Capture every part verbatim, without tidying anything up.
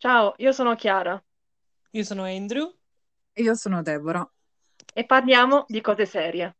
Ciao, io sono Chiara Io sono Andrew. Io sono Deborah. e parliamo di cose serie.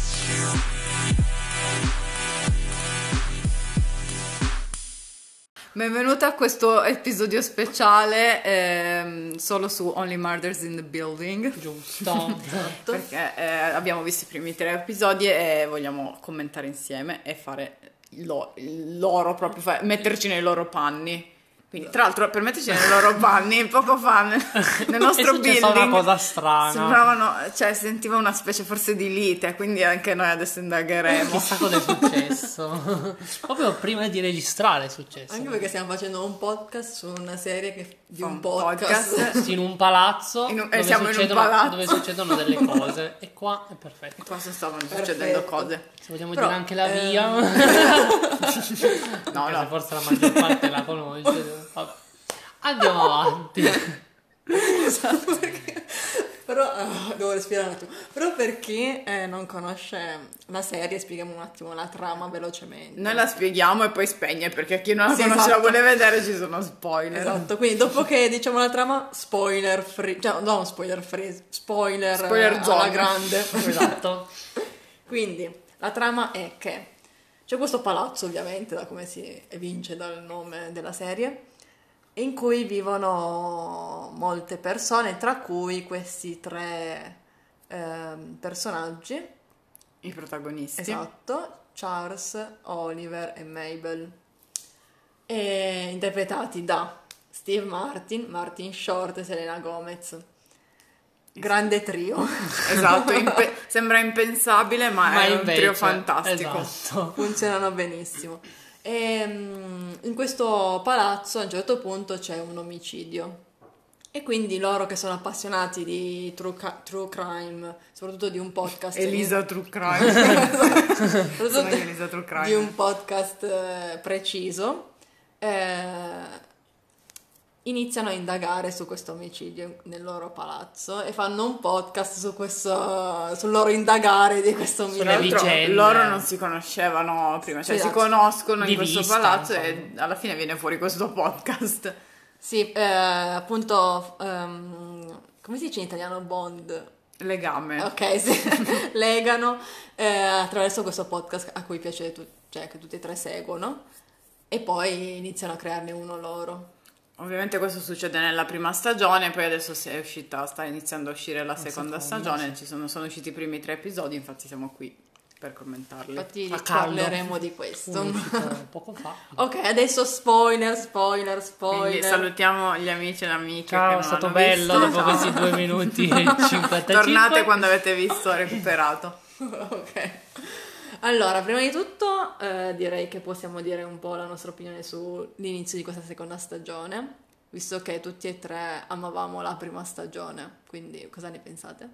Benvenuta a questo episodio speciale ehm, solo su Only Murders in the Building. Giusto, esatto. Perché eh, abbiamo visto i primi tre episodi e vogliamo commentare insieme e fare il lo- il loro proprio, fa- metterci nei loro panni. Quindi, tra l'altro, per metterci nei loro panni, poco fa nel, nel nostro È successa building una cosa strana. sembravano, cioè sentiva una specie forse di lite, quindi anche noi adesso indagheremo. Chissà cosa è successo. Proprio prima di registrare è successo. Anche perché stiamo facendo un podcast su una serie che, di Fa un un podcast. podcast. In un palazzo, In un- e dove, siamo in un succedono, palazzo. dove succedono delle cose. E qua è perfetto. Qua stavano Perfetto. succedendo cose. Se vogliamo Però, dire anche la ehm, via. No, Anche se no. forse la maggior parte la conosce. Vabbè. Andiamo avanti. Esatto, perché... Però ah, devo respirare un attimo. Però per chi eh, non conosce la serie, spieghiamo un attimo la trama velocemente. Noi la spieghiamo e poi spegne perché chi non la Sì, conosce la esatto. vuole vedere ci sono spoiler. Esatto, quindi dopo che diciamo la trama, spoiler free, cioè no, spoiler free, spoiler, Spoiler eh, zone. alla grande. Esatto. Quindi la trama è che c'è questo palazzo, ovviamente, da come si evince dal nome della serie, in cui vivono molte persone, tra cui questi tre ehm, personaggi, I protagonisti. esatto, Charles, Oliver e Mabel, e interpretati da Steve Martin, Martin Short e Selena Gomez. Grande trio. Esatto, impe- sembra impensabile ma, Ma è un invece, trio fantastico. Esatto. Funzionano benissimo. E, mm, in questo palazzo a un certo punto c'è un omicidio e quindi loro che sono appassionati di true, ca- true crime, soprattutto di un podcast Elisa True Crime. soprattutto Sono io Elisa True Crime. di un podcast eh, preciso, eh, iniziano a indagare su questo omicidio nel loro palazzo e fanno un podcast su questo, sul loro indagare di questo Sulle Tra omicidio. l'altro vicende. loro non si conoscevano prima, cioè Sì, si esatto. conoscono Di in questo vista, palazzo insomma. e alla fine viene fuori questo podcast. Sì, eh, appunto, ehm, come si dice in italiano bond? Legame. Ok, sì, legano eh, attraverso questo podcast a cui piace, tu- cioè che tutti e tre seguono e poi iniziano a crearne uno loro. Ovviamente questo succede nella prima stagione, poi adesso si è uscita, sta iniziando a uscire la seconda, seconda, stagione, ci sono, sono usciti i primi tre episodi, infatti siamo qui per commentarli. Infatti A caldo. parleremo di questo. Uno è uscito poco fa. Ok, adesso spoiler, spoiler, Quindi spoiler. salutiamo gli amici e le amiche che Ciao, non è stato hanno bello visto. dopo Ciao. questi due minuti e cinquantacinque. Tornate quando avete visto, recuperato. Ok. Allora, prima di tutto eh, direi che possiamo dire un po' la nostra opinione sull'inizio di questa seconda stagione, visto che tutti e tre amavamo la prima stagione, quindi cosa ne pensate?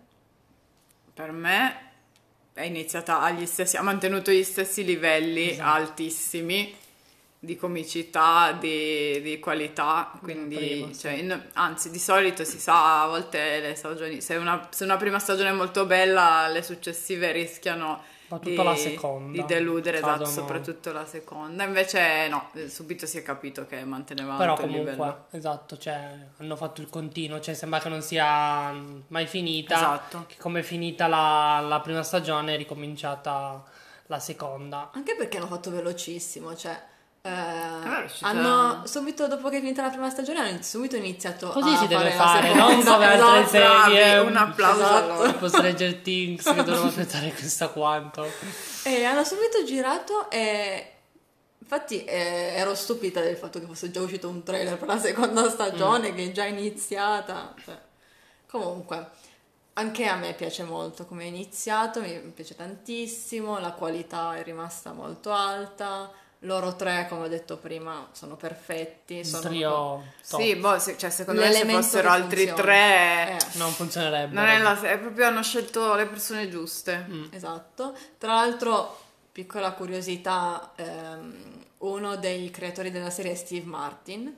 Per me è iniziata agli stessi, ha mantenuto gli stessi livelli Esatto. altissimi di comicità, di, di qualità, quindi prima, sì. cioè, in- anzi di solito si sa a volte le stagioni, se una, se una prima stagione è molto bella le successive rischiano Soprattutto di, la seconda. di deludere, esatto, Cadono. soprattutto la seconda, invece no, eh, subito si è capito che manteneva Però alto il comunque, livello. esatto, cioè, hanno fatto il continuo, cioè sembra che non sia mm, mai finita, Esatto. che come è finita la, la prima stagione è ricominciata la seconda. Anche perché hanno fatto velocissimo, cioè eh, vero, è uscita- hanno subito dopo che è finita la prima stagione hanno subito iniziato Così a si deve fare la fare, seconda. non come altre Esatto. serie. Bravi, un applauso a Esatto. loro. Tipo Stranger Things che dovevo aspettare chissà quanto. E hanno subito girato e infatti eh, ero stupita del fatto che fosse già uscito un trailer per la seconda stagione che è già iniziata. Cioè, comunque, anche a me piace molto come è iniziato, mi piace tantissimo, la qualità è rimasta molto alta. Loro tre, come ho detto prima, sono perfetti. Il Sono trio top. Sì, boh, se- cioè, secondo me se l'elemento fossero che altri funziona. tre Eh. Non funzionerebbe. non è la, è proprio hanno scelto le persone giuste. Mm. Esatto. Tra l'altro, piccola curiosità, ehm, uno dei creatori della serie è Steve Martin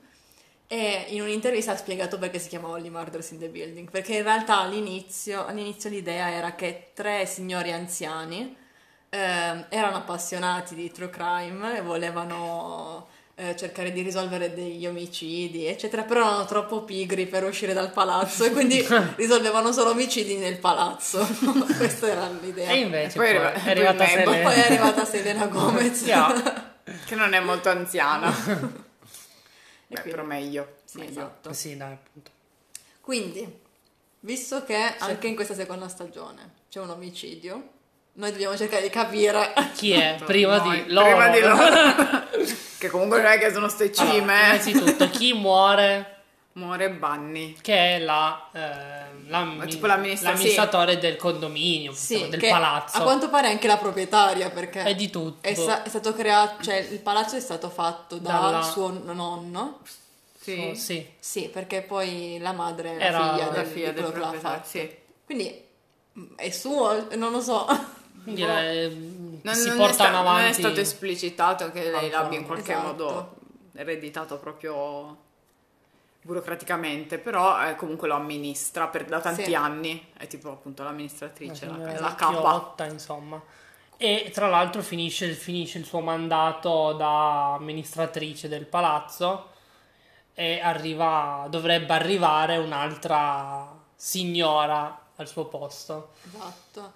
e in un'intervista ha spiegato perché si chiama Only Murders in the Building, perché in realtà all'inizio, all'inizio l'idea era che tre signori anziani ehm, erano appassionati di true crime e volevano eh, cercare di risolvere degli omicidi, eccetera, però erano troppo pigri per uscire dal palazzo e quindi risolvevano solo omicidi nel palazzo. Questa era l'idea. E invece E poi poi arriva- è arrivata poi Mabel. Selena. Poi è arrivata Selena Gomez. Yeah. Che non è molto anziana. E Beh, quindi- però meglio. Sì, meglio. esatto. Sì, dai, appunto. Quindi, visto che anche in questa seconda stagione c'è un omicidio, noi dobbiamo cercare di capire. Chi è? Prima Noi- di loro. Prima di loro. Che comunque non è che sono ste Allora, cime. eh. innanzitutto, chi muore? Muore Bunny. Che è la, eh, l'ammi- tipo l'amministra- l'amministratore del condominio, Sì, insomma, del che palazzo. a quanto pare è anche la proprietaria, perché È di tutto. è, sta- è stato creato, cioè il palazzo è stato fatto dal Dalla- suo nonno. Sì. Oh, sì. Sì, perché poi la madre è la Era figlia la del, figlia di quello del che l'ha proprietario, fatto. sì. Quindi mm, è suo, non lo so. Quindi eh, Non, si non è portano sta- avanti. non è stato esplicitato che lei Ancora. l'abbia in qualche Esatto. modo ereditato proprio burocraticamente, però eh, comunque lo amministra per, da tanti Sì. anni, è tipo appunto l'amministratrice, la, Eh, la capa. Chiotta, insomma. E tra l'altro finisce, finisce il suo mandato da amministratrice del palazzo e arriva, dovrebbe arrivare un'altra signora al suo posto. Esatto.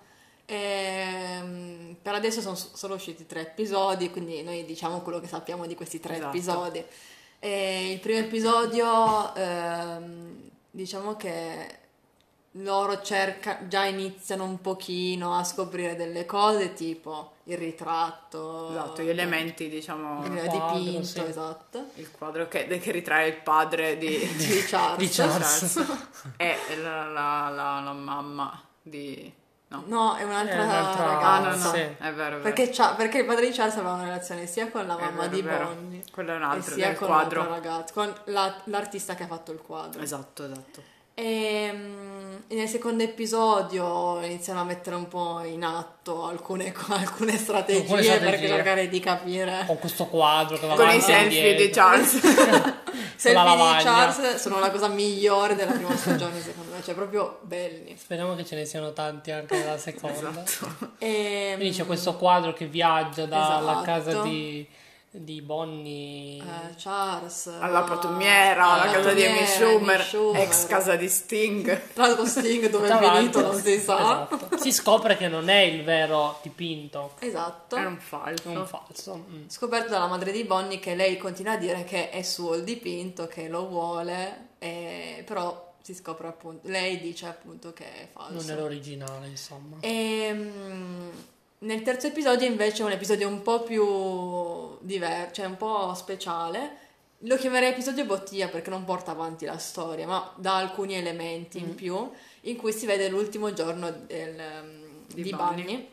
Ehm, per adesso sono s- solo usciti tre episodi, quindi noi diciamo quello che sappiamo di questi tre Esatto. episodi. E il primo episodio, ehm, diciamo che loro cerca, già iniziano un pochino a scoprire delle cose, tipo il ritratto, Esatto, gli elementi, diciamo, il Il quadro, dipinto, sì. esatto, il quadro che, che ritrae il padre di, di Charles. Di Charles. e la, la, la, la mamma di... No, No, è un'altra, È un'altra- ah, no, ragazza. no, sì. è vero, è vero. Perché, Cha- perché il padre di Charles aveva una relazione sia con la È mamma vero, di è vero. Bonnie Quello è un e altro, sia del con quadro. l'altra ragazza, con la- l'artista che ha fatto il quadro. Esatto, esatto. E mm, nel secondo episodio iniziano a mettere un po' in atto alcune, co- alcune strategie, Alcune strategie. per cercare di capire. Con questo quadro che va Con i avanti e selfie indietro. di Charles. Selfie la di lavagna. Charles sono la cosa migliore della prima stagione, secondo me, cioè proprio belli. Speriamo che ce ne siano tanti anche nella seconda. Esatto. E, Quindi c'è questo quadro che viaggia dalla Esatto. casa di, di Bonnie. eh, Charles Alla a- pattumiera, alla alla casa di Amy pattumiera, Schumer, Amy Schumer. ex casa di Sting. Tra l'altro Sting dove Tra è finito l'altro- non si sa. Esatto. Si scopre che non è il vero dipinto, Esatto. È un falso. è un falso. Mm. Scoperto dalla madre di Bonnie che lei continua a dire che è suo il dipinto, che lo vuole, e- però si scopre appunto, lei dice appunto che è falso. Non è l'originale, insomma. Ehm, nel terzo episodio invece è un episodio un po' più diverso, cioè un po' speciale. Lo chiamerei episodio bottiglia perché non porta avanti la storia, ma dà alcuni elementi in più, in cui si vede l'ultimo giorno del, um, Di di, Bunny. Bunny,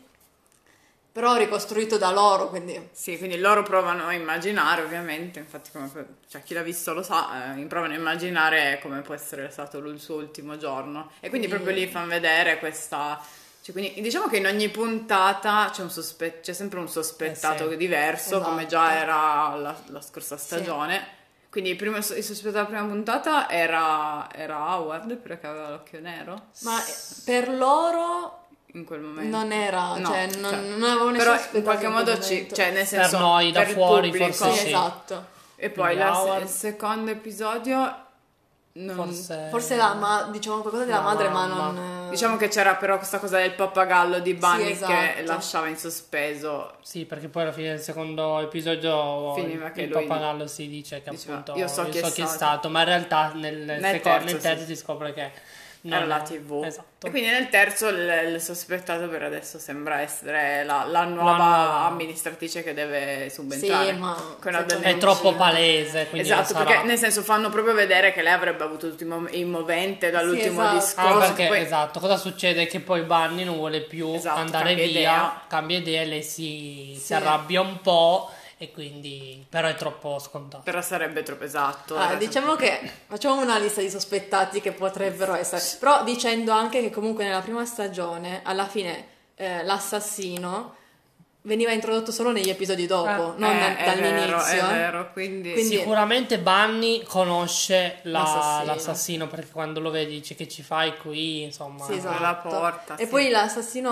però ricostruito da loro, quindi Sì, quindi loro provano a immaginare, ovviamente, infatti come, cioè, chi l'ha visto lo sa, eh, provano a immaginare come può essere stato il suo ultimo giorno. E quindi Quindi- proprio lì fanno vedere questa... Cioè, quindi diciamo che in ogni puntata c'è, un sospe- c'è sempre un sospettato Eh sì. diverso, Esatto. come già era la, la scorsa stagione. Quindi il, primo, il sospettato della prima puntata era, era Howard, perché aveva l'occhio nero ma per loro in quel momento. non era, No, cioè, non, cioè, non avevo nessun però in sospettato qualche in quel modo ci, momento. cioè nel senso noi da per il fuori pubblico. forse sì, sì. esatto. E poi Quindi la- Howard- il secondo episodio non- Forse... Forse la ma- diciamo qualcosa della La madre, ma mamma. non diciamo che c'era però questa cosa del pappagallo di Bunny Sì, esatto. che lasciava in sospeso. Sì, perché poi alla fine del secondo episodio Finiva il, che il lui- pappagallo si dice che diceva, appunto "Io so chi è chi è stato". stato, ma in realtà nel, Nel secondo, terzo, nel terzo sì. si scopre che non Era la è- tivù. Esatto. E quindi nel terzo il, il sospettato per adesso sembra essere la, la nuova nuova- amministratrice che deve subentrare. Sì, ma Quella secondo delle È troppo uscite. palese, quindi Esatto, non perché sarà. nel senso fanno proprio vedere che lei avrebbe avuto tutti i mom- il movente dall'ultimo esatto. discorso. Ah, perché poi- esatto, cosa succede? Che poi Bunny non vuole più Esatto, andare cambia via, idea. cambia idea e lei si, si Sì. arrabbia un po' e quindi però è troppo scontato. Però sarebbe troppo esatto. Ah, era diciamo che facciamo una lista di sospettati che potrebbero essere, però dicendo anche che comunque nella prima stagione alla fine eh, l'assassino veniva introdotto solo negli episodi dopo, Ah, non Eh, è dall'inizio. vero, è eh. vero, quindi, Quindi- Sicuramente Bunny conosce la- L'assassino. l'assassino. perché quando lo vedi dice che ci fai qui, insomma. Sì, apre esatto. la porta, E sì. poi l'assassino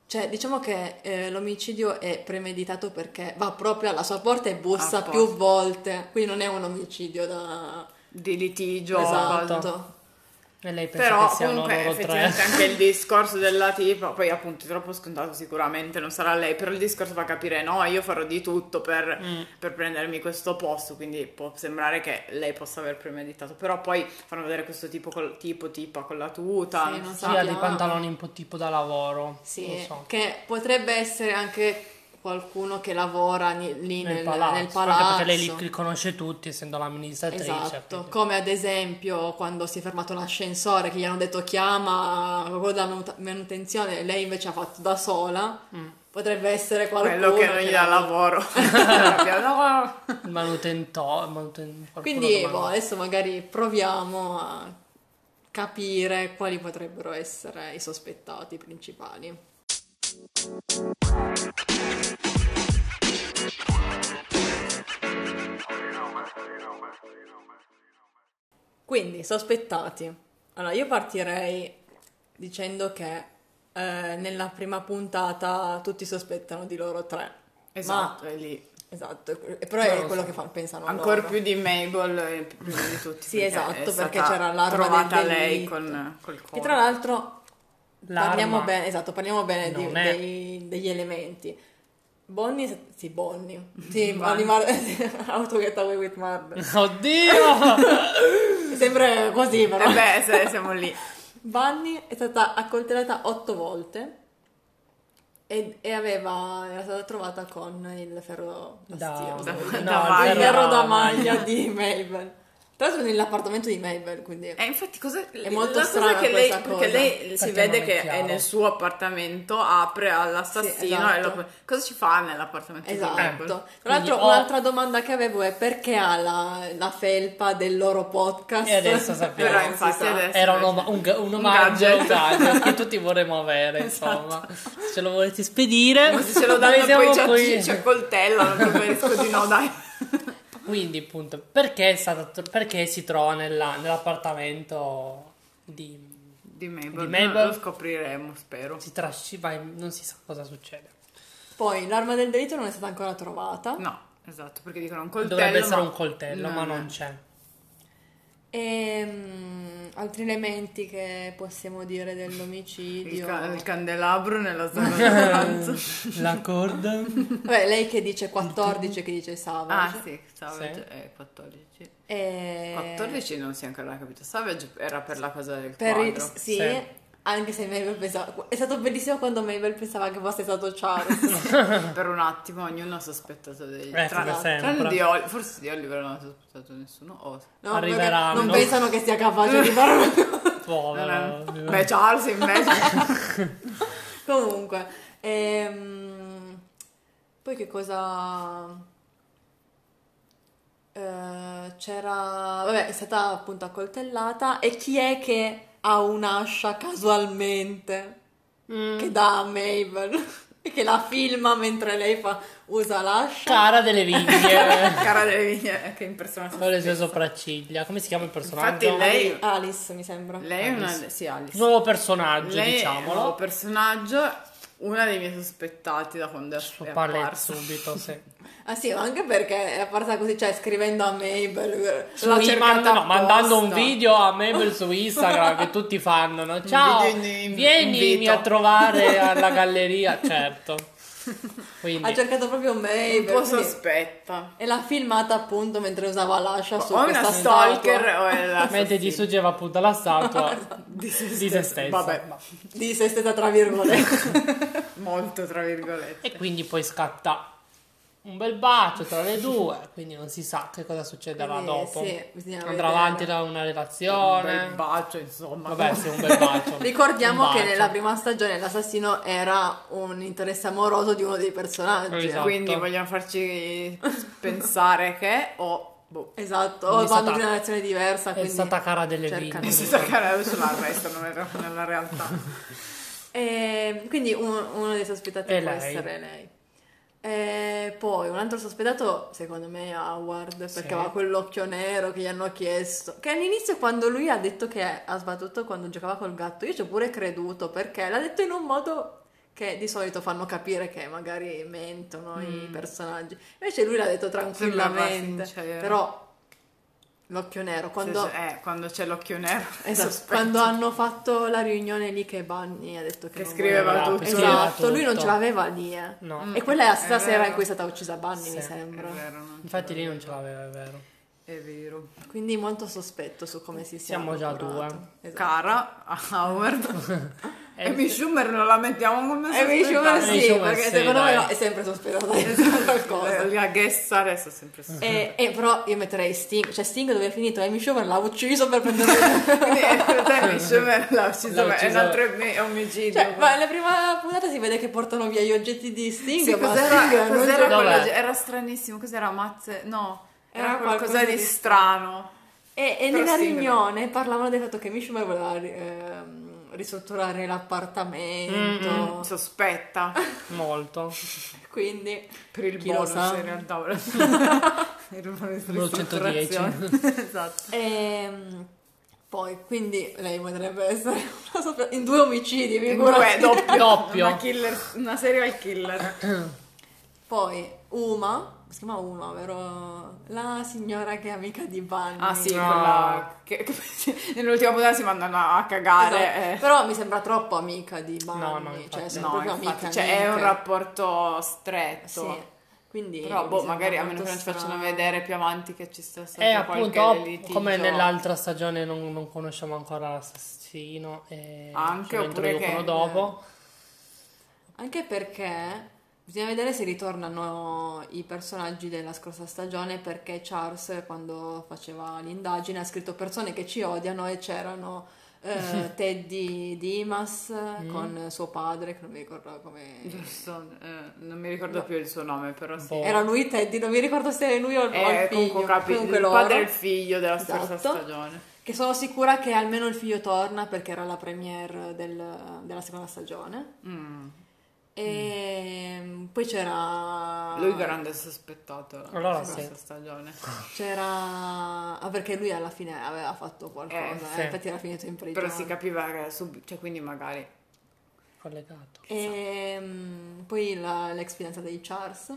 Cioè, diciamo che eh, l'omicidio è premeditato perché va proprio alla sua porta e bussa Apposta. più volte, quindi non è un omicidio da... Di litigio. Esatto. E lei pensa Però che siano comunque loro tre. effettivamente anche il discorso della tipa, poi appunto è troppo scontato sicuramente, non sarà lei, però il discorso fa capire no, io farò di tutto per, Mm. per prendermi questo posto, quindi può sembrare che lei possa aver premeditato, però poi fanno vedere questo tipo, col, tipo tipa con la tuta, Sì, non non so. Sì, ha dei sappiamo. pantaloni un po' tipo da lavoro. Sì, non so. che potrebbe essere anche qualcuno che lavora ni- lì Nel nel, palazzo. nel Anche palazzo. perché lei li, li conosce tutti, essendo l'amministratrice. Esatto, quindi- come ad esempio quando si è fermato l'ascensore che gli hanno detto chiama quello della manut- manutenzione, lei invece ha fatto da sola, Mm. potrebbe essere qualcuno Quello che non gli dà lavoro. No. Il manutentore. Manuten... qualcuno Quindi che boh, man- adesso magari proviamo a capire quali potrebbero essere i sospettati principali. Quindi, sospettati. Allora, io partirei dicendo che eh, nella prima puntata tutti sospettano di loro tre. Esatto, Ma- è lì. esatto, e- però Ma è non quello so. che fa- pensano Ancora loro. più di Mabel e prima di tutti. Sì, perché esatto, è perché stata c'era l'arma trovata del lei delitto. con col Che colpo. tra l'altro L'arma parliamo bene, esatto, parliamo bene di- non è- dei- degli elementi. Bonnie, sì, Bonnie, sì, Bonnie. Bonnie Mar- How to Get Away with Murder. Oddio! Sembra così, però. Eh beh, se- siamo lì. Bunny è stata accoltellata otto volte e, e aveva, era stata trovata con il ferro da Da- stiro, da- il da il maglia. ferro da Da maglia maglia. di Mabel. Tra l'altro nell'appartamento di Mabel, quindi... E infatti cosa, È molto la strana cosa che lei, questa perché cosa. lei si Perché vede non è che è chiaro. nel suo appartamento, apre all'assassino Sì, e esatto. lo, cosa ci fa nell'appartamento di Mabel? Esatto. Tra Quindi l'altro o- un'altra domanda che avevo è perché ha la, la felpa del loro podcast? E adesso sappiamo. Però Non si infatti sa. adesso Era un, invece- oma- un, ga- un un omaggio, un gadget. gadget che tutti vorremmo avere, insomma. Se ce lo volete spedire, Ma se ce lo noi danno siamo poi ci, qui. ci accoltellano, preferisco di no, dai. Quindi, appunto, perché, è stata, perché si trova nella- nell'appartamento di... Di Mabel, Di Mabel. lo scopriremo, spero. Si trasciva e non si sa cosa succede. Poi l'arma del delitto non è stata ancora trovata. No, esatto, perché dicono un coltello. Dovrebbe essere ma- un coltello, ma no, non no. c'è. E altri elementi che possiamo dire Il, dell'omicidio. ca- il candelabro nella sala da pranzo. La corda. Vabbè, lei che dice quattordici, che dice Savage. Ah sì, Savage Sì. è quattordici. E... quattordici non si è ancora capito. Savage era per la cosa del Per il- quadro. sì, Sì. anche se Mabel pensava... È stato bellissimo quando Mabel pensava che fosse stato Charles. Per un attimo ognuno ha sospettato degli Eh, tra- come tranne sempre. di Oli- forse di Oliver non ha sospettato nessuno. Oh. No, Arriveranno. perché non pensano che sia capace di fare una cosa. Povero. Beh, Charles invece. Comunque, ehm, poi che cosa... Eh, c'era... Vabbè, è stata appunto accoltellata. E chi è che ha un'ascia casualmente Mm. che dà a Mabel? E che la filma mentre lei fa, usa l'ascia? Cara delle vigne. Cara delle vigne che impersona se Con le sue stessa. sopracciglia. Come si chiama il personaggio? Infatti lei, Alice, mi sembra. lei è una... Alice. Sì, Alice. Nuovo personaggio, Lei è un diciamolo. nuovo personaggio, una dei miei sospettati da quando è Suo è paletto apparso. subito, sì. Ah sì, ma anche perché è apparsa così, cioè scrivendo a Mabel, Su l'ha i- cercata no, mandando un apposta. video a Mabel su Instagram che tutti fanno, no? Ciao, video in- in- vienimi invito. a trovare alla galleria, certo. Quindi Ha cercato proprio Mabel. Un po' quindi- sospetta. E l'ha filmata appunto mentre usava l'ascia su O è questa una statua. stalker o è la mentre distruggeva appunto la statua di se, di se stessa. Vabbè, Di se stessa tra virgolette. molto tra virgolette. E quindi poi scatta un bel bacio tra le due, quindi non si sa che cosa succederà Quindi, dopo. sì, bisogna Andrà vedere. avanti da una Un relazione. bel bacio, insomma. Vabbè, sì, un bel bacio. Ricordiamo Un che bacio. nella prima stagione l'assassino era un interesse amoroso di uno dei personaggi. Esatto. Quindi vogliamo farci pensare che o boh. Esatto, Quindi o è vanno stata- in una relazione diversa. È Quindi stata cara delle cercano vigne. E di- si staccare adesso l'arrestano nella, nella realtà. E quindi uno, uno dei sospettati È può lei. essere lei. E poi un altro sospettato, secondo me, è Howard, perché Sì. aveva quell'occhio nero che gli hanno chiesto. Che all'inizio, quando lui ha detto che ha sbattuto quando giocava col gatto, io ci ho pure creduto, perché l'ha detto in un modo che di solito fanno capire che magari mentono i Mm. personaggi. Invece lui l'ha detto tranquillamente, sincero. però l'occhio nero, quando, Se- eh, quando c'è l'occhio nero. esatto, sospetto. quando hanno fatto la riunione lì che Bunny ha detto che, Che non scriveva voleva- tutto. Scriveva Esatto, lui non tutto. ce l'aveva lì, eh. No. E quella è la stessa È sera vero. in cui è stata uccisa Bunny, Sì, mi è È sembra. vero, non Infatti ce lì non l'avevo. ce l'aveva, è vero. È vero. Quindi molto sospetto su come si sia Siamo già curato. due. Esatto. Cara, Howard. E Amy Schumer non la mettiamo come Amy Schumer sospettata. Amy sì, Schumer perché sì, secondo me dai. è sempre sospettata di fare qualcosa. Eh, La guest star adesso sempre sospettata. E, e però io metterei Sting, cioè Sting dove è finito? Amy Schumer l'ha ucciso per prendere... Quindi eh, per te Amy Schumer l'ha ucciso, L'ha ma è un ucciso- altro ome- omicidio. Cioè, ma nella prima puntata si vede che portano via gli oggetti di Sting, Sì, ma cos'era, Sting non cos'era Dov'è? quello- era stranissimo, cos'era mazze? No, era, Era qualcosa, qualcosa di di strano. E, e Però nella Sting no. riunione parlavano del fatto che Amy Schumer voleva ehm, ristrutturare l'appartamento, Mm, Sospetta molto. quindi per il chi lo bonus sa. in realtà. Il bonus di Numero centodieci. ristrutturazione. Esatto. Ehm, poi quindi lei potrebbe essere una sospe- in due omicidi, In figurati. due, doppio. Doppio. Una, killer, una serial killer. Poi Uma, si chiama Uma, vero? La signora che è amica di Bunny. Ah sì, No. quella che, che nell'ultima puntata si mandano a cagare. Esatto. eh. Però mi sembra troppo amica di Bunny, No, no, cioè infatti. sono No, proprio infatti, amiche. cioè, è un amiche. rapporto stretto. Sì, quindi Però mi boh, sembra magari a molto meno che non ci facciano strano. vedere più avanti che ci sta stato E qualche appunto, litigio. come nell'altra stagione non, non conosciamo ancora l'assassino e Anche, ce lo oppure introducono che- dopo. Anche perché bisogna vedere se ritornano i personaggi della scorsa stagione, perché Charles quando faceva l'indagine ha scritto persone che ci odiano e c'erano eh, Teddy Dimas Mm. con suo padre, che non mi ricordo come... Giusto, eh, non mi ricordo più il suo nome, però sì. Boh. Era lui Teddy, non mi ricordo se è lui o, o il È figlio. comunque capi- Comunque il loro. padre e il figlio della scorsa Esatto. stagione. Che sono sicura che almeno il figlio torna perché era la premiere del- della seconda stagione. Mm. E poi c'era... Lui grande sospettato Allora la scorsa sì. stagione. C'era... Ah, perché lui alla fine aveva fatto qualcosa, Eh, eh, sì. infatti era finito in prigione. Però si capiva che sub- cioè quindi magari Collegato. E mm, poi la- l'ex fidanzata di Charles,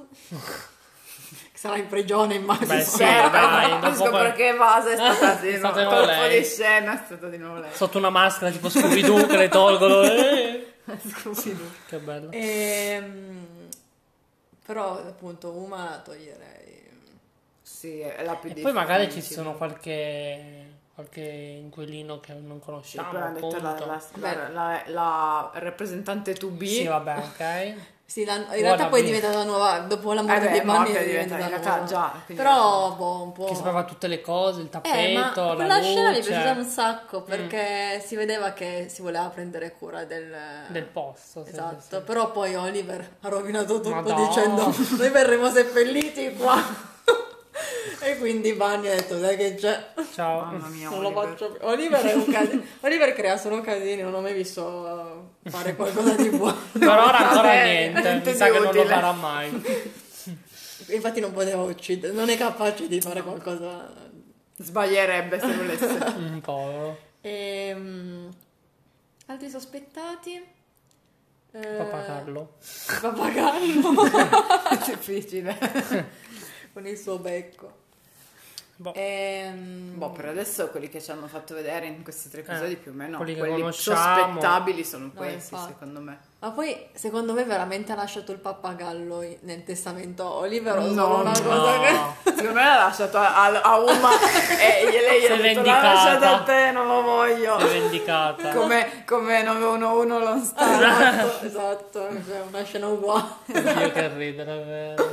che sarà in prigione immagino. Beh, sì, Beh, dai, non dopo capisco poi- perché Vasa è stata di È nuovo stata di nuovo colpo lei. di scena, è stata di nuovo lei. Sotto una maschera tipo Scooby-Doo che le tolgono. eh. Scooby-Doo. Che bello. E, mm, però appunto Uma la toglierei. Sì, è la più E difficile. poi magari ci sono qualche qualche inquilino che non Sì, conosciamo, però ha detto la, appunto. la, Beh. la, la- la rappresentante to be. Sì, vabbè, ok. Sì, la- in realtà poi è be. diventata nuova, dopo la morte Eh beh, di Bunny morte è è diventata- diventata in realtà nuova. già, quindi- Però boh, un po'... Che sapeva tutte le cose, il Eh, tappeto, ma la quella scena mi è luce piaciuta un sacco perché si vedeva che si voleva prendere cura del, del posto. sì, Esatto, sì, sì. però poi Oliver ha rovinato tutto Madonna. dicendo noi verremo seppelliti qua. E quindi Bunny ha detto dai che c'è. Ciao. Mamma mia, Non lo Oliver. faccio più. Oliver è un casino. Oliver crea solo casini, non ho mai visto uh, fare qualcosa di buono. Per ora ancora Vabbè, niente, niente mi sa di che non lo utile. farà mai. Infatti non poteva uccidere, non è capace di fare qualcosa. Sbaglierebbe se volesse. Un po'. Ehm, altri sospettati? Eh, Pappagallo. Pappagallo È difficile. con il suo becco. Boh. Ehm, Boh, per adesso quelli che ci hanno fatto vedere in questi tre episodi Eh, più o meno quelli che quelli conosciamo. sospettabili sono questi, infatti. secondo me. Ma poi, secondo me, veramente ha lasciato il pappagallo in- nel testamento a Oliver o No, solo una no. cosa che... Secondo me l'ha lasciato a, a- a Uma e lei gli Si ha è detto l'ha vendicata. lasciato a te, non lo voglio. Si è vendicata. Come, come nove uno uno Lone Star. Esatto, esatto, cioè una scena uguale. Dio che ridere, è vero.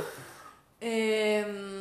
Ehm,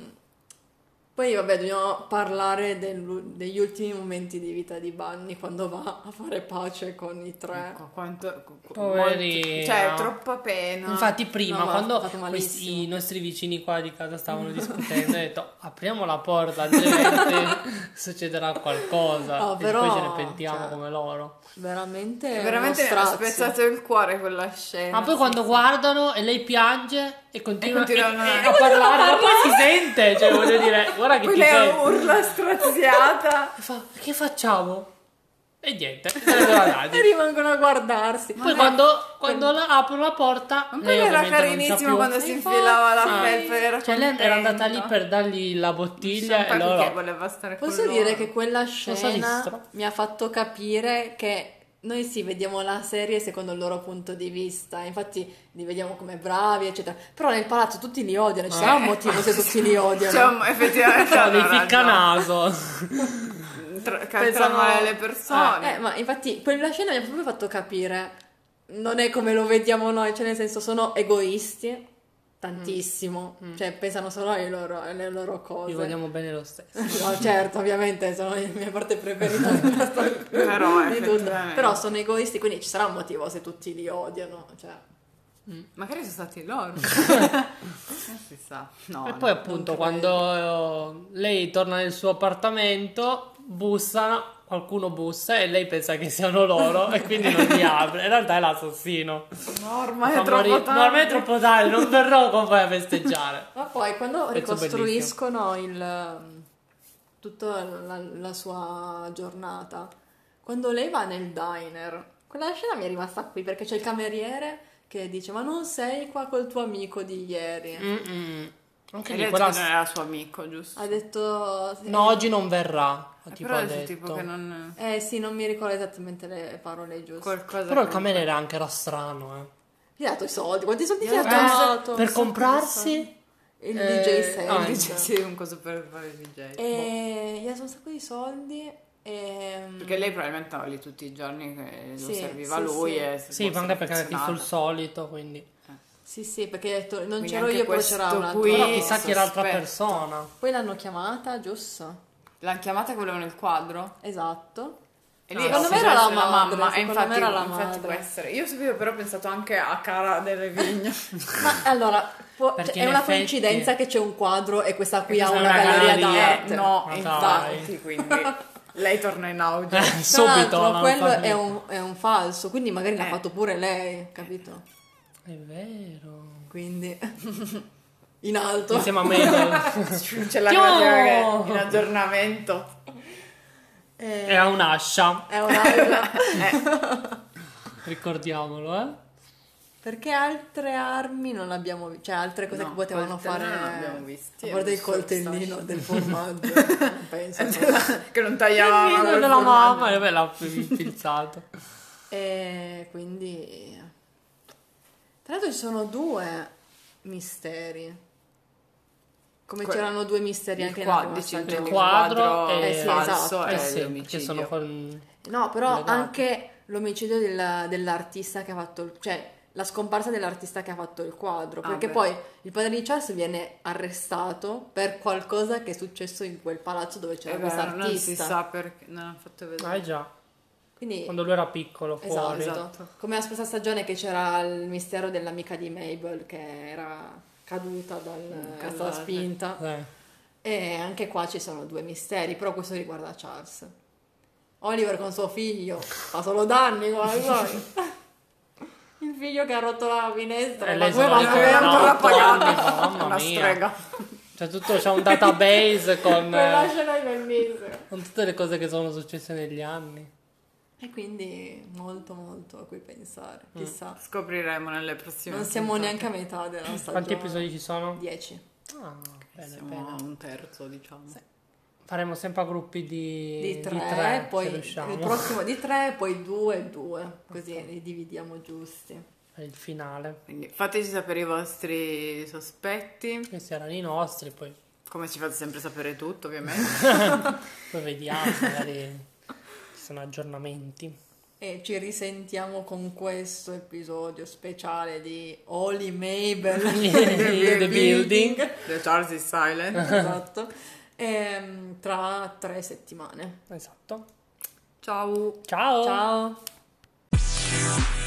Poi, vabbè, dobbiamo parlare del- degli ultimi momenti di vita di Bunny quando va a fare pace con i tre. Ecco, quanto, qu- qu- Poverina. cioè, troppa pena. Infatti prima No, ma quando ha fatto questi, malissimo. i nostri vicini qua di casa stavano discutendo ho detto apriamo la porta altrimenti succederà qualcosa No, e però, poi ce ne pentiamo cioè, come loro. Veramente, È veramente uno mi ha strazio. spezzato il cuore quella scena. Ma poi quando guardano e lei piange e continua, E continuano e- a- e a parlare, ma poi si sente, cioè voglio dire, guarda che Poi ti lei senti. urla straziata. E fa, che facciamo? E niente, se ne sono andati. E rimangono a guardarsi. Poi quando, quando la aprono la porta, Ma lei quello era ovviamente non c'ha carinissimo più. quando si Infatti. infilava la Ah. felpa, era Cioè lei era andata lì contenta. per dargli la bottiglia Sempre e perché loro... voleva stare con Posso loro. dire che quella Sono scena sadistro. mi ha fatto capire che noi sì, vediamo la serie secondo il loro punto di vista, infatti li vediamo come bravi, eccetera. Però nel palazzo tutti li odiano, ci sarà un motivo se tutti li odiano. Cioè, un- effettivamente Sono dei hanno ragione. ficcanaso. Tra- Pensano- Calzano male le persone. Eh, ma infatti quella scena mi ha proprio fatto capire, non è come lo vediamo noi, cioè nel senso sono egoisti, tantissimo, cioè pensano solo alle loro, alle loro cose. Gli vogliamo bene lo stesso. No, certo, ovviamente sono la mia parte preferita della storia. Però, di tutto. effettivamente. Però sono egoisti, quindi ci sarà un motivo se tutti li odiano. Cioè. Magari sono stati loro. Non si sa. No, E no. poi appunto quando eh, lei torna nel suo appartamento, bussano, qualcuno bussa e lei pensa che siano loro e quindi non li apre. In realtà è l'assassino. No, ormai Fa è troppo morire- tardi. No, ormai è troppo tardi, non verrò con voi a festeggiare. Ma poi quando Pezzo ricostruiscono il, tutta la, la sua giornata, quando lei va nel diner, quella scena mi è rimasta qui perché c'è il cameriere che dice ma non sei qua col tuo amico di ieri. Mm-mm. Anche Hai lì detto quella... che non era suo amico, giusto? Ha detto... No, oggi non verrà. Eh, Tipo però ha è detto. tipo che non... Eh sì, non mi ricordo esattamente le parole giuste. Qualcosa Però il che- cameriere anche era strano, eh. Gli ha dato i soldi, quanti soldi Gli ti ha ha dato- dato? Per comprarsi... Il Eh, D J set. ah, Il D J, sì, un coso per fare il D J. E gli ha dato un sacco di soldi e... Perché lei probabilmente andava lì tutti i giorni che lo Sì, serviva sì, lui sì. e si Sì, fosse anche perché era tipo il affezionata. solito, quindi... Sì, sì, perché ha detto non Quindi c'ero anche io, però questo c'era un altro. qui- Però Sì, chissà chi era l'altra sospetto. persona. Poi l'hanno chiamata, giusto? L'hanno chiamata che volevano il quadro? Esatto. E Ah, lì secondo si me era deve la essere madre, mamma. E secondo infatti, me era la infatti madre. può essere. Io subito però ho pensato anche a Cara delle Vigne. Ma allora, può- Perché cioè, è in una effetti- coincidenza che c'è un quadro e questa qui ha questa è una una galleria galleria. d'arte. Eh, no, Ma infatti, quindi lei torna in auge. Eh, Tra subito. l'altro, l'hanno quello fatto. è un, è un falso, quindi magari l'ha Eh. fatto pure lei, capito? È vero. Quindi in alto. Insieme a Mabel. C'è la Io- grafica che in aggiornamento. Eh, E ha un'ascia. è una... Ricordiamolo, eh. Perché altre armi non abbiamo visto, cioè altre cose No, che potevano coltello fare. non abbiamo visti, A parte il visto coltellino il del formaggio, non penso. Che non tagliava Il col video della formaggio. mamma e beh, l'ha infilzato. E quindi tra l'altro ci sono due misteri. Come Que- c'erano due misteri il anche qua- nella prima dici, stagione. Il intendi quadro è e- Eh sì, falso esatto. è Eh sì, che l'omicidio. sono con... No, però collegati. anche l'omicidio del- dell'artista che ha fatto il, cioè la scomparsa dell'artista che ha fatto il quadro, Ah, perché beh. poi il padre di Charles viene arrestato per qualcosa che è successo in quel palazzo dove c'era Eh beh, questo non si artista. sa perché non hanno fatto vedere. Ah, eh già. Quindi Quando lui era piccolo, esatto, fuori. esatto. come la scorsa stagione che c'era il mistero dell'amica di Mabel che era caduta dal Mm, stata casata. spinta. Eh. E anche qua ci sono due misteri, però questo riguarda Charles. Oliver con suo figlio fa solo danni come al solito. Il figlio che ha rotto la finestra, E ma lei come se va lo a ricorda. ancora No, pagata? mamma È una mia. strega. Cioè tutto, c'è un database con, Quella eh, scena è bellissima. con tutte le cose che sono successe negli anni. E quindi molto molto a cui pensare, chissà. Scopriremo nelle prossime Non siamo puntate. neanche a metà della stagione. Quanti episodi ci sono? dieci. Ah, bene, Siamo bene. a un terzo, diciamo. Faremo sempre a gruppi di, Di tre, tre, poi se riusciamo. il prossimo di tre, poi due e due, così li dividiamo giusti. Per il finale. Quindi fateci sapere i vostri sospetti. Questi erano i nostri, poi, Come ci fate sempre sapere tutto, ovviamente. poi vediamo, magari ci sono aggiornamenti. E ci risentiamo con questo episodio speciale di Holy Mabel The Building. The Charles is silent. Esatto. Ehm, tra tre settimane. Esatto. Ciao. Ciao. Ciao.